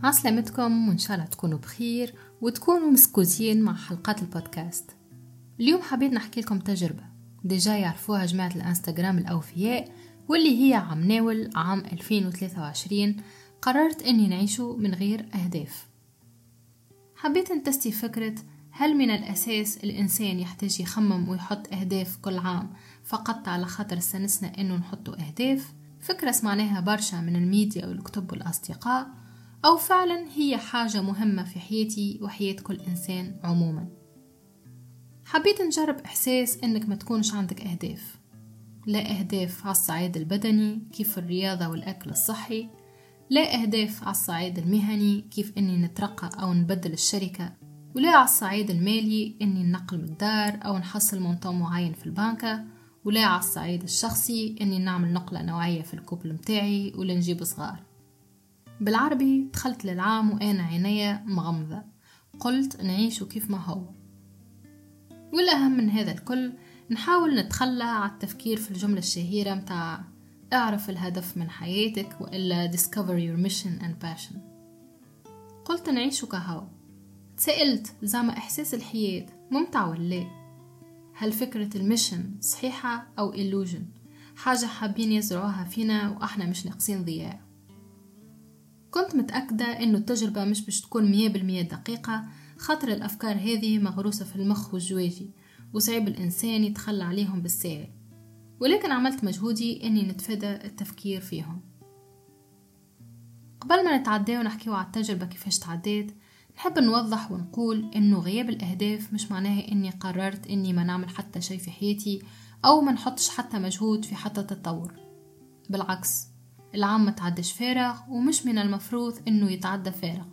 عسلامتكم وإن شاء الله تكونوا بخير وتكونوا مسكوتين مع حلقات البودكاست. اليوم حبيت نحكي لكم تجربة ديجا يعرفوها جماعة الانستغرام الأوفياء، واللي هي عم ناول عام 2023 قررت أني نعيشه من غير أهداف. حبيت نتستي فكرة هل من الأساس الإنسان يحتاج يخمم ويحط أهداف كل عام فقط على خاطر استنسنا أنه نحطوا أهداف؟ فكرة سمعناها برشا من الميديا والكتب والأصدقاء، أو فعلا هي حاجة مهمة في حياتي وحياة كل إنسان عموما؟ حبيت نجرب إحساس إنك ما تكونش عندك أهداف، لا أهداف على الصعيد البدني كيف الرياضة والأكل الصحي، لا أهداف على الصعيد المهني كيف إني نترقى أو نبدل الشركة، ولا على الصعيد المالي إني ننقل من الدار أو نحصل مونطون معين في البنكة، ولا على الصعيد الشخصي إني نعمل نقلة نوعية في الكوبل متاعي ولا نجيب صغار. بالعربي دخلت للعام وأنا عينيا مغمضة، قلت نعيش كيف ما هو. والأهم من هذا الكل نحاول نتخلى على التفكير في الجملة الشهيرة متاع اعرف الهدف من حياتك وإلا discover your mission and passion. قلت نعيش كهو. تسألت زعما إحساس الحياة ممتع ولا؟ هل فكرة الميشن صحيحة أو illusion، حاجة حابين يزرعوها فينا وإحنا مش ناقصين ضياع؟ كنت متأكدة إنه التجربة مش باش تكون 100% دقيقة، خاطر الأفكار هذه مغروسة في المخ والجواجي وصعب الإنسان يتخلى عليهم بالساهل، ولكن عملت مجهودي إني نتفادى التفكير فيهم. قبل ما نتعدى ونحكيو على التجربة كيفاش تعديت، نحب نوضح ونقول إنه غياب الأهداف مش معناه إني قررت إني ما نعمل حتى شيء في حياتي أو ما نحطش حتى مجهود في حتى تطور. بالعكس، العام ما تعدش فارغ ومش من المفروض إنه يتعدى فارغ.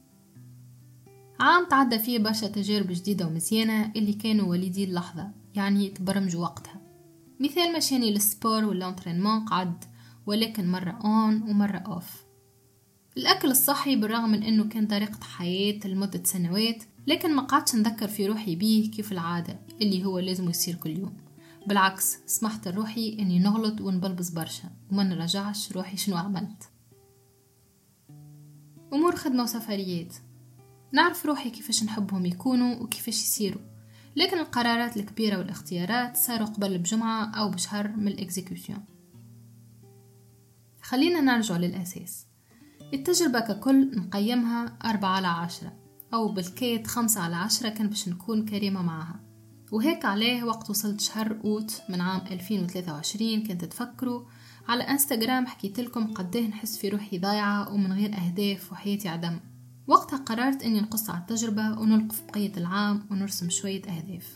عام تعدى فيه برشا تجارب جديدة ومزيانة اللي كانوا وليدي اللحظة، يعني تبرمجوا وقتها. مثال مشاني للسبور والانترينمون قعد، ولكن مرة اون ومرة اوف. الأكل الصحي بالرغم من إنه كان طريقة حياة لمدة سنوات، لكن ما قعدش نذكر في روحي بيه كيف العادة اللي هو لازم يصير كل يوم. بالعكس، سمحت لروحي إني نغلط ونبلبس برشا وما نرجعش روحي شنو عملت. أمور خدمة وسفريات، نعرف روحي كيفاش نحبهم يكونوا وكيفاش يصيروا، لكن القرارات الكبيرة والاختيارات صاروا قبل بجمعة أو بشهر من الإكزيكيوشن. خلينا نرجع للأساس. التجربة ككل نقيمها 4/10، أو بالكيت 5/10 كان باش نكون كريمة معها. وهيك عليه وقت وصلت شهر أوت من عام 2023 كنت تفكروا على انستغرام حكيت لكم قديه نحس في روحي ضايعة ومن غير أهداف وحياتي عدم. وقتها قررت أني نقص على التجربة ونلقف بقية العام ونرسم شوية أهداف.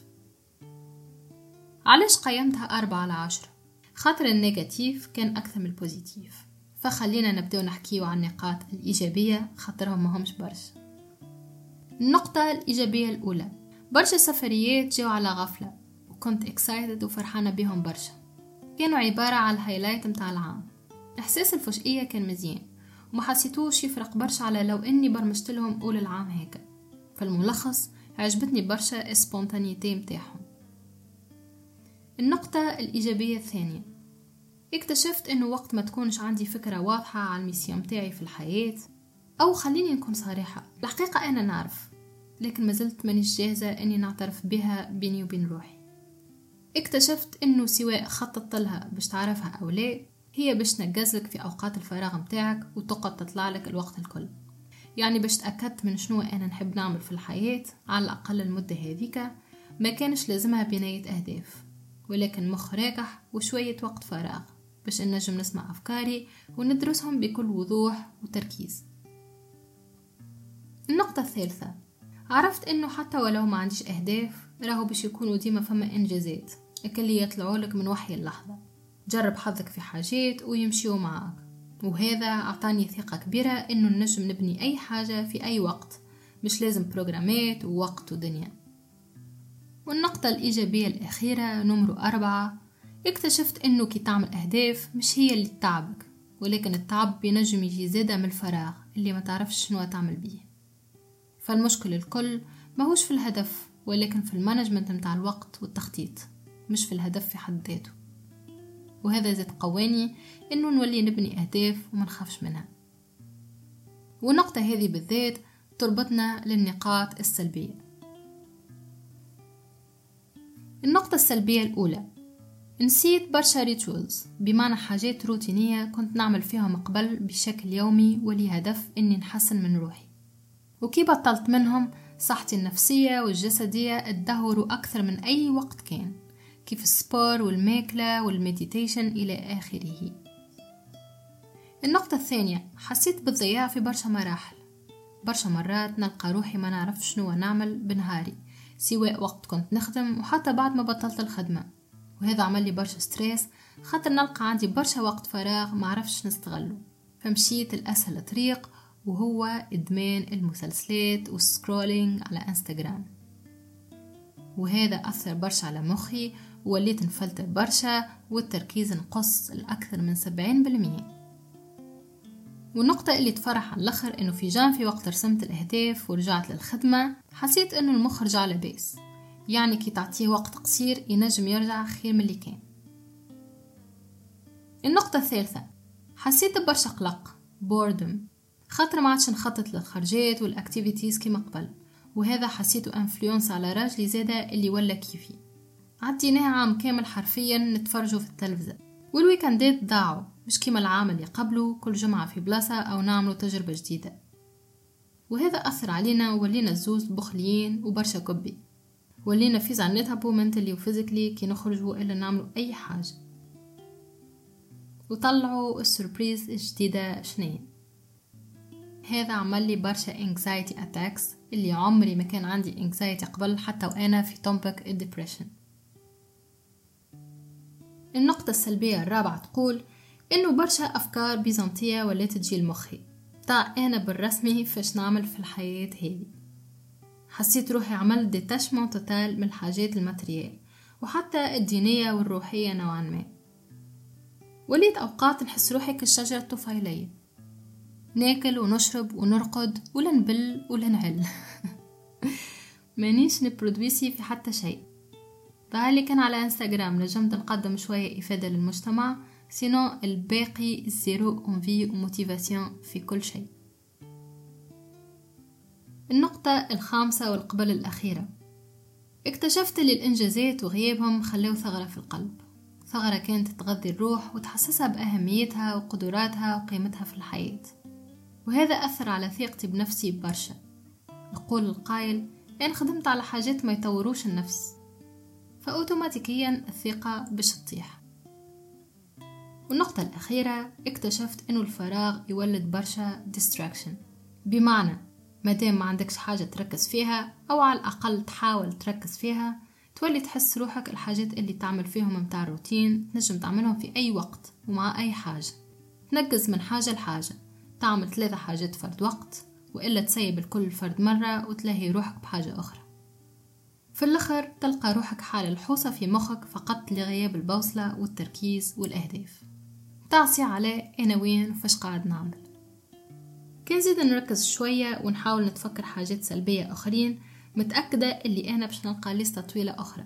علاش قيمتها 4/10؟ خاطر النيجاتيف كان أكثر من البوزيتيف، فخلينا نبدأ نحكيو عن النقاط الإيجابية خاطرهم مهمش برشا. النقطة الإيجابية الأولى، برشا سفريات جاو على غفلة وكنت اكسايتد وفرحانة بهم برشا، كانوا عبارة على الهايلايت متاع العام. إحساس الفجئية كان مزيان وما حسيتوش يفرق برشا على لو إني برمجت لهم أول العام هيك. فالملخص عجبتني برشا اسبونتانيتي متاعهم. النقطة الإيجابية الثانية، اكتشفت إنه وقت ما تكونش عندي فكرة واضحة عن الميسيون متاعي في الحياة، أو خليني نكون صريحة، الحقيقة أنا نعرف لكن ما زلت مانيش جاهزة إني نعترف بها بيني وبين روحي. اكتشفت إنه سواء خططت لها باش تعرفها أو لا، هي باش تنجزلك في أوقات الفراغ متاعك وتقعد تطلع لك الوقت الكل. يعني باش تأكدت من شنو أنا نحب نعمل في الحياة على الأقل المدة هذيك، ما كانش لازمها بناية أهداف، ولكن مخ راكح وشوية وقت فراغ باش نجم نسمع أفكاري وندرسهم بكل وضوح وتركيز. النقطة الثالثة، عرفت إنه حتى ولو ما عنديش أهداف راهو باش يكونوا ديما فما إنجازات اللي يطلعوا لك من وحي اللحظة. جرب حظك في حاجات ويمشيوا معك، وهذا أعطاني ثقة كبيرة إنه نجم نبني أي حاجة في أي وقت، مش لازم بروجرامات ووقت ودنيا. والنقطة الإيجابية الأخيرة نمرو 4، اكتشفت إنه كي تعمل أهداف مش هي اللي تعبك، ولكن التعب بينجم يجي زادة من الفراغ اللي ما تعرفش شنو تعمل بيه. فالمشكل الكل ماهوش في الهدف، ولكن في المانجمنت متاع الوقت والتخطيط، مش في الهدف في حد ذاته. وهذا زاد قواني إنه نولي نبني أهداف وما نخافش منها. والنقطة هذه بالذات تربطنا للنقاط السلبية. النقطة السلبية الأولى: نسيت برشا ريتشولز، بمعنى حاجات روتينية كنت نعمل فيهم قبل بشكل يومي ولهدف إني نحسن من روحي، وكي بطلت منهم صحتي النفسية والجسدية اتدهوروا أكثر من أي وقت كان، كيف السبور والماكلة والمديتيشن إلى آخره. النقطة الثانية: حسيت بالضياع في برشا مراحل. برشا مرات نلقى روحي ما نعرف شنو نعمل بنهاري، سواء وقت كنت نخدم وحتى بعد ما بطلت الخدمة، وهذا عمل لي برشا ستريس، خاطر نلقى عندي برشا وقت فراغ ما عرفش نستغله. فمشيت الأسهل طريق، وهو إدمان المسلسلات والسكرولينج على انستغرام، وهذا أثر برشا على مخي، ووليت نفلتر برشا والتركيز نقص الأكثر من 70%. والنقطة اللي تفرح على الآخر إنه في جانفي وقت رسمت الأهداف ورجعت للخدمة حسيت إنه المخ رجع لباس، يعني كي تعطيه وقت قصير ينجم يرجع خير من اللي كان. النقطة الثالثة: حسيت ببرشا قلق boredom، خاطر ما عادش نخطط للخرجات والأكتيفيتيز كما قبل، وهذا حسيته انفلونس على راجلي زادة اللي ولا كيفي. عديناها عام كامل حرفيا نتفرجوا في التلفزة، والويكندات ضاعوا مش كيما العام اللي قبله كل جمعة في بلاصة أو نعملوا تجربة جديدة، وهذا أثر علينا وولينا الزوز بخليين وبرشا كبي، ولينا فيزعنتها منتلي وفيزيكلي كي نخرجوا إلا نعملوا أي حاجة. وطلعوا السوربريز الجديدة شنين. هذا عمل لي برشا anxiety attacks اللي عمري ما كان عندي anxiety قبل حتى وأنا في topic الديبريشن. النقطة السلبية الرابعة تقول إنه برشا أفكار بيزنطية ولات تجي لمخي تاع أنا بالرسمي فاش نعمل في الحياة هذه. حسيت روحي عملت ديتاشمون توتال من الحاجات الماتريال وحتى الدينية والروحية نوعا ما. وليت أوقات نحس روحي كالشجرة الطفيلية، ناكل ونشرب ونرقد ولا نبل ولا نعل مانيش نبرودويسي في حتى شيء. فهالي كان على انستغرام نجمت نقدم شوية إفادة للمجتمع، سينو الباقي زيرو انفي وموتيفاسيون في كل شيء. النقطة الخامسة والقبل الأخيرة: اكتشفت اللي الإنجازات وغيابهم خلوا ثغرة في القلب، ثغرة كانت تغذي الروح وتحسسها بأهميتها وقدراتها وقيمتها في الحياة، وهذا أثر على ثقتي بنفسي برشا. يقول القائل أنا خدمت على حاجات ما يطوروش النفس، فأوتوماتيكيا الثقة باش تطيح. والنقطة الأخيرة: اكتشفت أنه الفراغ يولد برشا distraction، بمعنى مادام ما عندكش حاجة تركز فيها أو على الأقل تحاول تركز فيها، تولي تحس روحك الحاجات اللي تعمل فيهم متاع روتين نجم تعملهم في أي وقت ومع أي حاجة. تنقز من حاجة لحاجة، تعمل 3 حاجات فرد وقت، وإلا تسيب الكل فرد مرة وتلاهي روحك بحاجة أخرى. في الآخر تلقى روحك حال الحوسة في مخك فقط لغياب البوصلة والتركيز والأهداف. تعصي على أنا وين وفاش قاعد نعمل. كان زيدا نركز شوية ونحاول نتفكر حاجات سلبية آخرين، متأكدة اللي أنا باش نلقى لستة طويلة أخرى.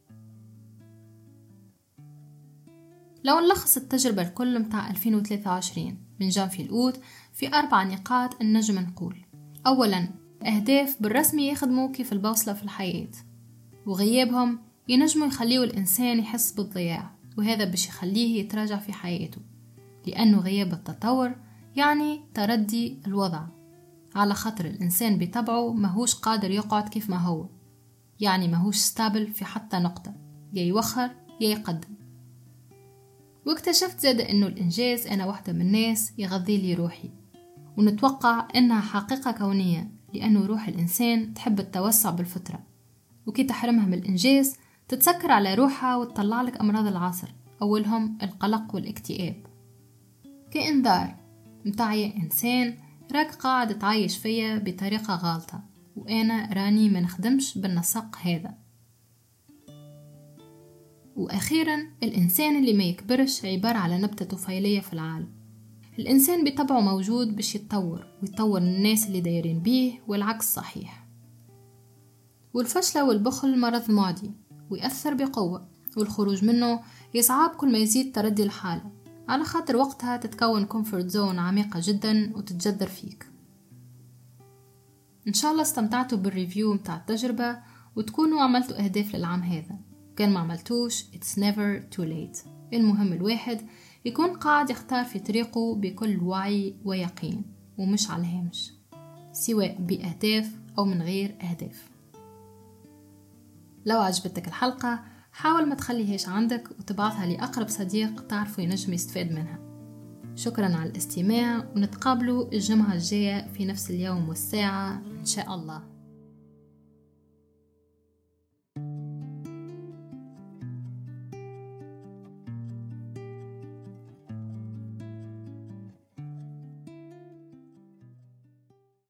لو نلخص التجربة الكل متاع 2023 من جانفي الأوت في 4 نقاط النجم نقول: أولا، أهداف بالرسمي يخدموا كيف البوصلة في الحياة، وغيابهم ينجموا يخليه الإنسان يحس بالضياع، وهذا باش يخليه يتراجع في حياته، لأنه غياب التطور يعني تردي الوضع، على خاطر الإنسان بطبعه ماهوش قادر يقعد كيف ما هو، يعني ماهوش ستابل في حتى نقطة، يا يوخر يا يقدم. واكتشفت زاد أنه الإنجاز أنا واحدة من الناس يغذي لي روحي، ونتوقع أنها حقيقة كونية، لأنه روح الإنسان تحب التوسع بالفطرة، وكي تحرمها من الإنجاز تتسكر على روحها وتطلع لك أمراض العصر، أولهم القلق والاكتئاب. كإنذار متاعي إنسان راك قاعد تعيش فيا بطريقة غالطة، وأنا راني ما نخدمش بالنسق هذا. وأخيرا، الإنسان اللي ما يكبرش عبارة على نبتة طفيلية في العالم. الإنسان بطبعه موجود باش يتطور ويطور الناس اللي دايرين بيه، والعكس صحيح. والفشلة والبخل مرض معدي ويأثر بقوة، والخروج منه يصعب كل ما يزيد تردي الحالة، على خاطر وقتها تتكون كومفورت زون عميقة جدا وتتجذر فيك. إن شاء الله استمتعتوا بالريفيو متاع التجربة وتكونوا عملتوا أهداف للعام هذا. كان ما عملتوش it's never too late. المهم الواحد يكون قاعد يختار في طريقه بكل وعي ويقين ومش على الهامش، سواء بأهداف أو من غير أهداف. لو عجبتك الحلقة حاول ما تخليهاش عندك وتبعثها لأقرب صديق تعرفه ينجم يستفاد منها. شكرا على الاستماع، ونتقابلوا الجمعة الجاية في نفس اليوم والساعة إن شاء الله.